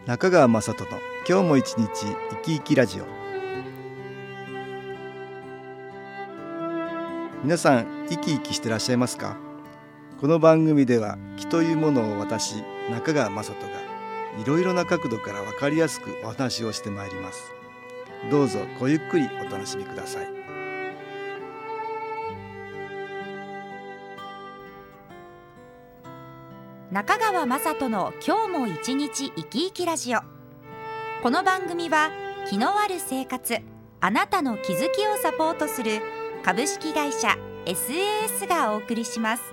中川雅人の今日も一日生き生きラジオ。皆さん生き生きしてらっしゃいますか？この番組では気というものを私中川雅人がいろいろな角度から分かりやすくお話をしてまいります。どうぞごゆっくりお楽しみください。 中川雅人の今日も一日生き生きラジオ。この番組は気のある生活、あなたの気づきをサポートする株式会社 SAS がお送りします。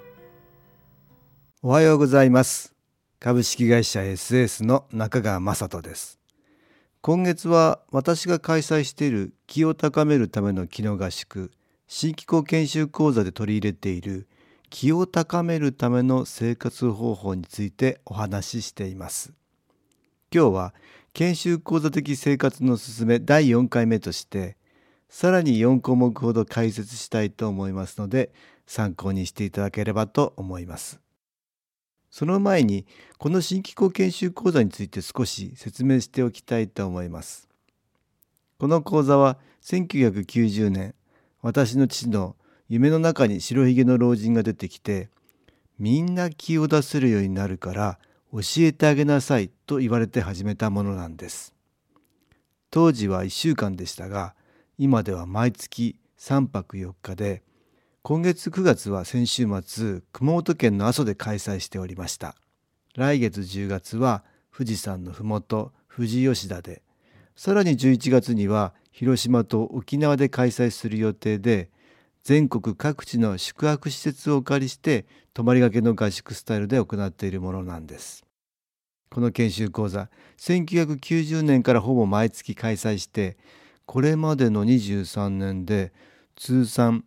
おはようございます。株式会社 SAS の中川雅人です。今月は私が開催している気を高めるための気の合宿、新機構研修講座で取り入れている気を高めるための生活方法についてお話ししています。今日は研修講座的生活のすすめ第4回目として、さらに4項目ほど解説したいと思いますので、参考にしていただければと思います。その前に、この新機構研修講座について少し説明しておきたいと思います。この講座は1990年、私の父の夢の中に白ひげの老人が出てきて、みんな気を出せるようになるから教えてあげなさいと言われて始めたものなんです。当時は1週間でしたが、今では毎月3泊4日で、今月9月は先週末、熊本県の阿蘇で開催しておりました。来月10月は富士山のふもと、富士吉田で、さらに11月には広島と沖縄で開催する予定で、全国各地の宿泊施設をお借りして泊まりがけの合宿スタイルで行っているものなんです。この研修講座、1990年からほぼ毎月開催して、これまでの23年で通算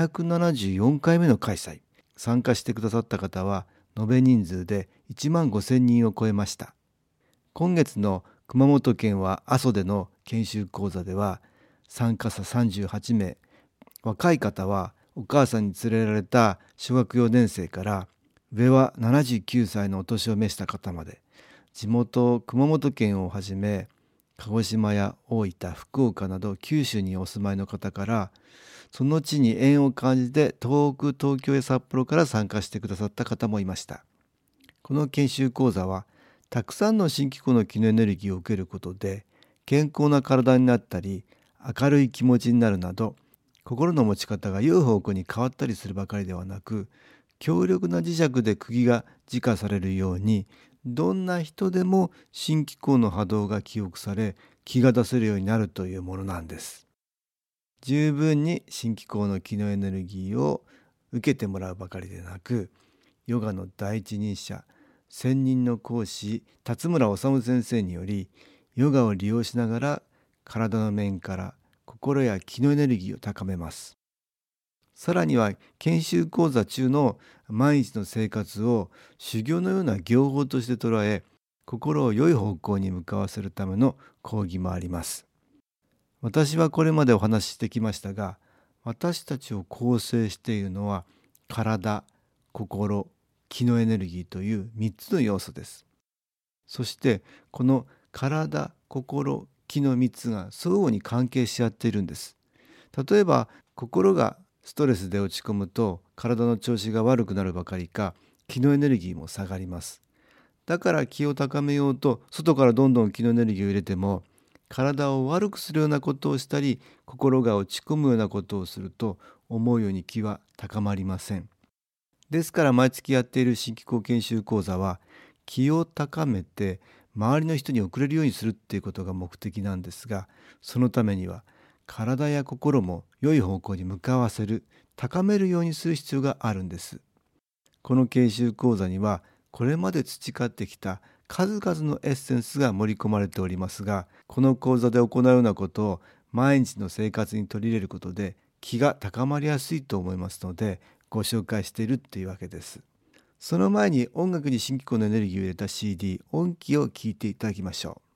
274回目の開催。参加してくださった方は延べ人数で1万5,000人を超えました。今月の熊本県は阿蘇での研修講座では参加者38名、若い方はお母さんに連れられた小学4年生から上は79歳のお年を召した方まで、地元熊本県をはじめ鹿児島や大分、福岡など九州にお住まいの方から、その地に縁を感じて東北、東京や札幌から参加してくださった方もいました。この研修講座はたくさんの新機構の気のエネルギーを受けることで健康な体になったり明るい気持ちになるなど、心の持ち方が良い方向に変わったりするばかりではなく、強力な磁石で釘が自化されるように、どんな人でも新機構の波動が記憶され、気が出せるようになるというものなんです。十分に新機構の気のエネルギーを受けてもらうばかりでなく、ヨガの第一人者、専任の講師辰村修先生により、ヨガを利用しながら体の面から心や気のエネルギーを高めます。さらには研修講座中の毎日の生活を修行のような行法として捉え、心を良い方向に向かわせるための講義もあります。私はこれまでお話ししてきましたが、私たちを構成しているのは体、心、気のエネルギーという3つの要素です。そしてこの体、心、気の3つが相互に関係し合っているんです。例えば心がストレスで落ち込むと体の調子が悪くなるばかりか、気のエネルギーも下がります。だから気を高めようと外からどんどん気のエネルギーを入れても、体を悪くするようなことをしたり、心が落ち込むようなことをすると思うように気は高まりません。ですから毎月やっている新機構研修講座は、気を高めて周りの人に送れるようにするっていうことが目的なんですが、そのためには体や心も良い方向に向かわせる、高めるようにする必要があるんです。この研修講座にはこれまで培ってきた数々のエッセンスが盛り込まれておりますが、この講座で行うようなことを毎日の生活に取り入れることで気が高まりやすいと思いますので、ご紹介しているっていうわけです。その前に音楽に新機構のエネルギーを入れた CD 音気を聴いていただきましょう。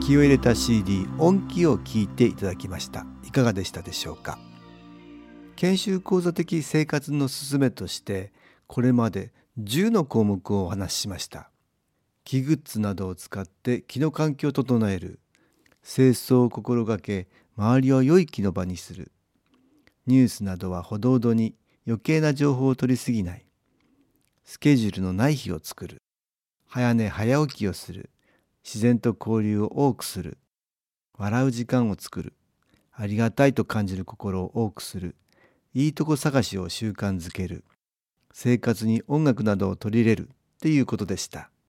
気を入れた CD 音気を聞いていただきました。いかがでしたでしょうか。研修講座的生活のすすめとしてこれまで10の項目をお話ししました。気グッズなどを使って気の環境を整える、清掃を心がけ周りを良い気の場にする、ニュースなどはほどほどに余計な情報を取りすぎない、スケジュールのない日を作る、早寝早起きをする、自然と交流を多くする、笑う時間を作る、ありがたいと感じる心を多くする、いいとこ探しを習慣づける、生活に音楽などを取り入れるっていうことでした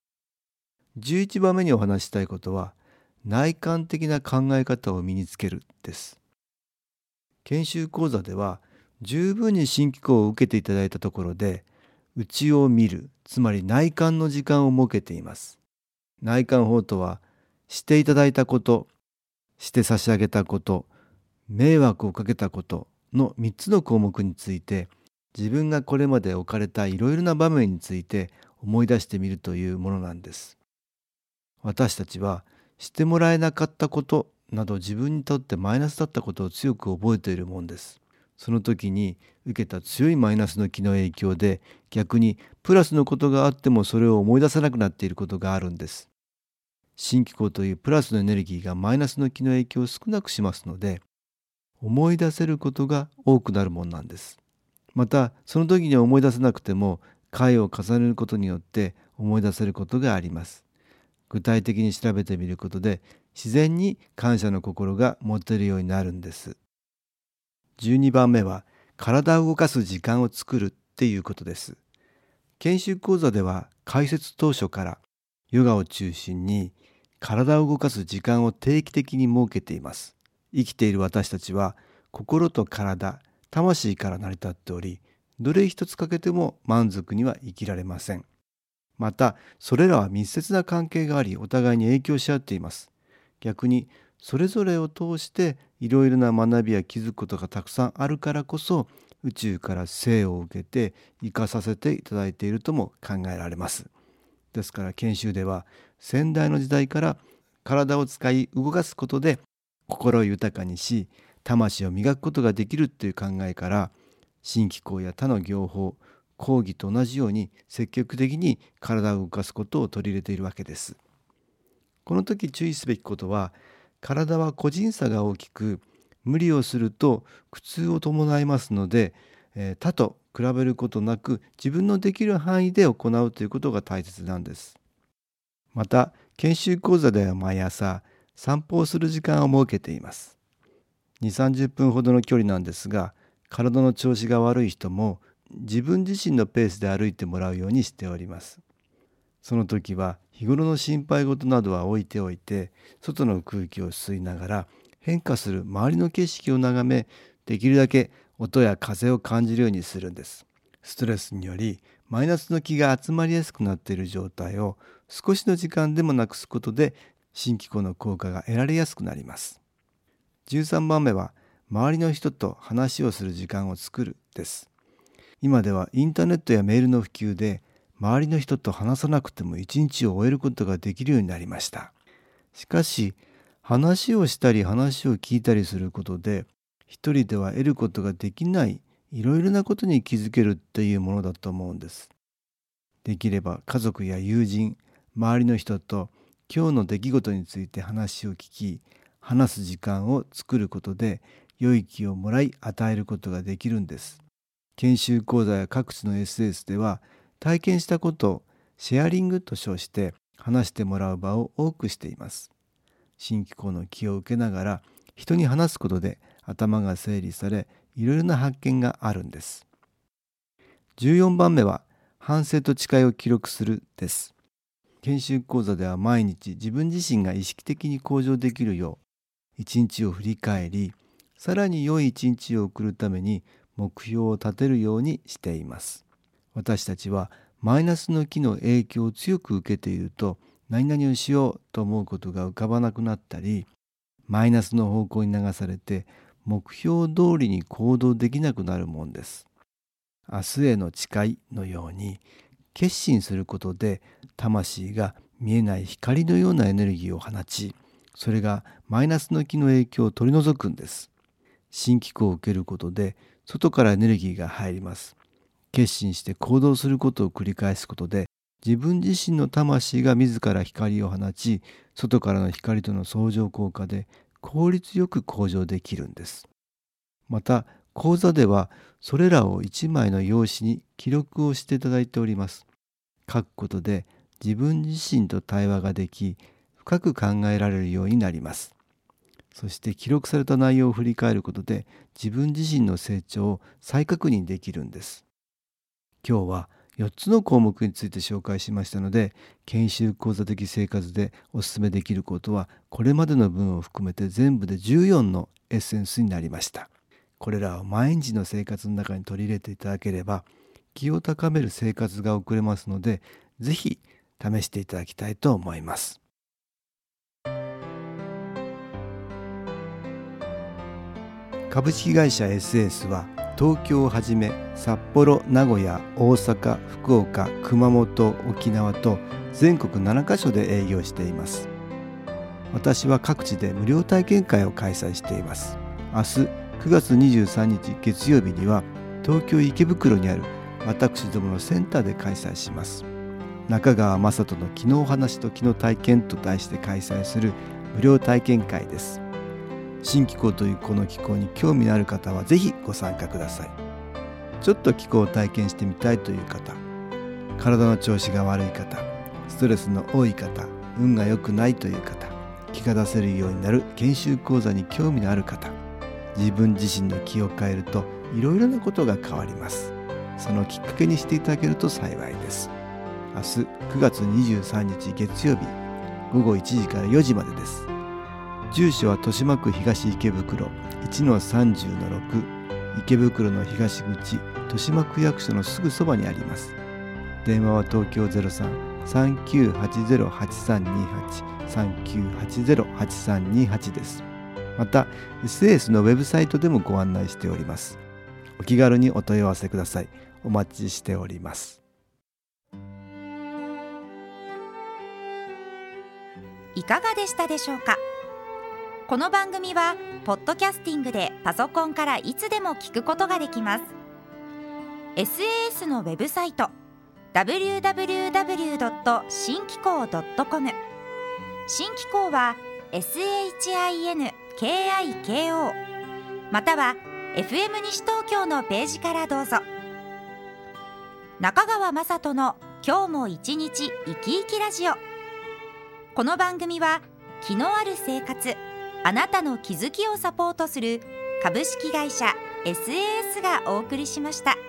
。11番目にお話したいことは、内観的な考え方を身につけるです。研修講座では十分に新機構を受けていただいたところで、内を見る、つまり内観の時間を設けています。内観法とは、していただいたこと、して差し上げたこと、迷惑をかけたことの3つの項目について、自分がこれまで置かれたいろいろな場面について思い出してみるというものなんです。私たちはしてもらえなかったことなど自分にとってマイナスだったことを強く覚えているもんです。その時に受けた強いマイナスの気の影響で逆にプラスのことがあってもそれを思い出さなくなっていることがあるんです。新機構というプラスのエネルギーがマイナスの気の影響を少なくしますので、思い出せることが多くなるもんなんです。またその時に思い出せなくても回を重ねることによって思い出せることがあります。具体的に調べてみることで自然に感謝の心が持てるようになるんです。12番目は体を動かす時間を作るっていうことです。研修講座では開設当初からヨガを中心に体を動かす時間を定期的に設けています。生きている私たちは心と体、魂から成り立っており、どれ一つ欠けても満足には生きられません。またそれらは密接な関係があり、お互いに影響し合っています。逆にそれぞれを通していろいろな学びや気づくことがたくさんあるからこそ、宇宙から生を受けて生かさせていただいているとも考えられます。ですから研修では先代の時代から体を使い動かすことで心を豊かにし、魂を磨くことができるという考えから、新機構や他の業法、講義と同じように積極的に体を動かすことを取り入れているわけです。この時注意すべきことは、体は個人差が大きく、無理をすると苦痛を伴いますので、他と比べることなく自分のできる範囲で行うということが大切なんです。また研修講座では毎朝散歩をする時間を設けています。2、30分ほどの距離なんですが、体の調子が悪い人も自分自身のペースで歩いてもらうようにしております。その時は日頃の心配事などは置いておいて、外の空気を吸いながら変化する周りの景色を眺め、できるだけ音や風を感じるようにするんです。ストレスによりマイナスの気が集まりやすくなっている状態を少しの時間でもなくすことで新機構の効果が得られやすくなります。13番目は周りの人と話をする時間を作るです。今ではインターネットやメールの普及で周りの人と話さなくても一日を終えることができるようになりました。しかし話をしたり話を聞いたりすることで一人では得ることができないいろいろなことに気づけるっていうものだと思うんです。できれば家族や友人、周りの人と今日の出来事について話を聞き、話す時間を作ることで良い気をもらい与えることができるんです。研修講座や各地の SS では体験したことをシェアリングと称して話してもらう場を多くしています。新機構の気を受けながら人に話すことで頭が整理され、いろいろな発見があるんです。14番目は反省と誓いを記録するです。研修講座では毎日自分自身が意識的に向上できるよう一日を振り返り、さらに良い一日を送るために目標を立てるようにしています。私たちはマイナスの気の影響を強く受けていると、何々をしようと思うことが浮かばなくなったり、マイナスの方向に流されて目標通りに行動できなくなるもんです。明日への誓いのように決心することで魂が見えない光のようなエネルギーを放ち、 それがマイナスの気の影響を取り除くんです。新気候を受けることで外からエネルギーが入ります。決心して行動することを繰り返すことで、自分自身の魂が自ら光を放ち、外からの光との相乗効果で効率よく向上できるんです。また講座ではそれらを1枚の用紙に記録をしていただいております。書くことで自分自身と対話ができ、深く考えられるようになります。そして記録された内容を振り返ることで自分自身の成長を再確認できるんです。今日は4つの項目について紹介しましたので、研修講座的生活でお勧めできることはこれまでの文を含めて全部で14のエッセンスになりました。これらを毎日の生活の中に取り入れていただければ気を高める生活が送れますので、ぜひ試していただきたいと思います。株式会社 SS は東京をはじめ札幌、名古屋、大阪、福岡、熊本、沖縄と全国7カ所で営業しています。私は各地で無料体験会を開催しています。明日9月23日月曜日には東京池袋にある私どものセンターで開催します。中川雅人の気のお話と気の体験と題して開催する無料体験会です。新気候というこの気候に興味のある方はぜひご参加ください。ちょっと気候を体験してみたいという方、体の調子が悪い方、ストレスの多い方、運が良くないという方、気が出せるようになる研修講座に興味のある方、自分自身の気を変えるといろいろなことが変わります。そのきっかけにしていただけると幸いです。明日9月23日月曜日午後1時から4時までです。住所は豊島区東池袋 1-30-6 池袋の東口豊島区役所のすぐそばにあります。電話は東京 03-3980-8328 3980-8328 です。また SS のウェブサイトでもご案内しております。お気軽にお問い合わせください。お待ちしております。 いかがでしたでしょうか。この番組はポッドキャスティングでパソコンからいつでも聞くことができます。 SAS のウェブサイト www.新気候 .com、 新気候は SHINKIKO または FM 西東京のページからどうぞ。中川雅人の今日も一日生き生きラジオ。この番組は気のある生活、あなたの気づきをサポートする株式会社 SAS がお送りしました。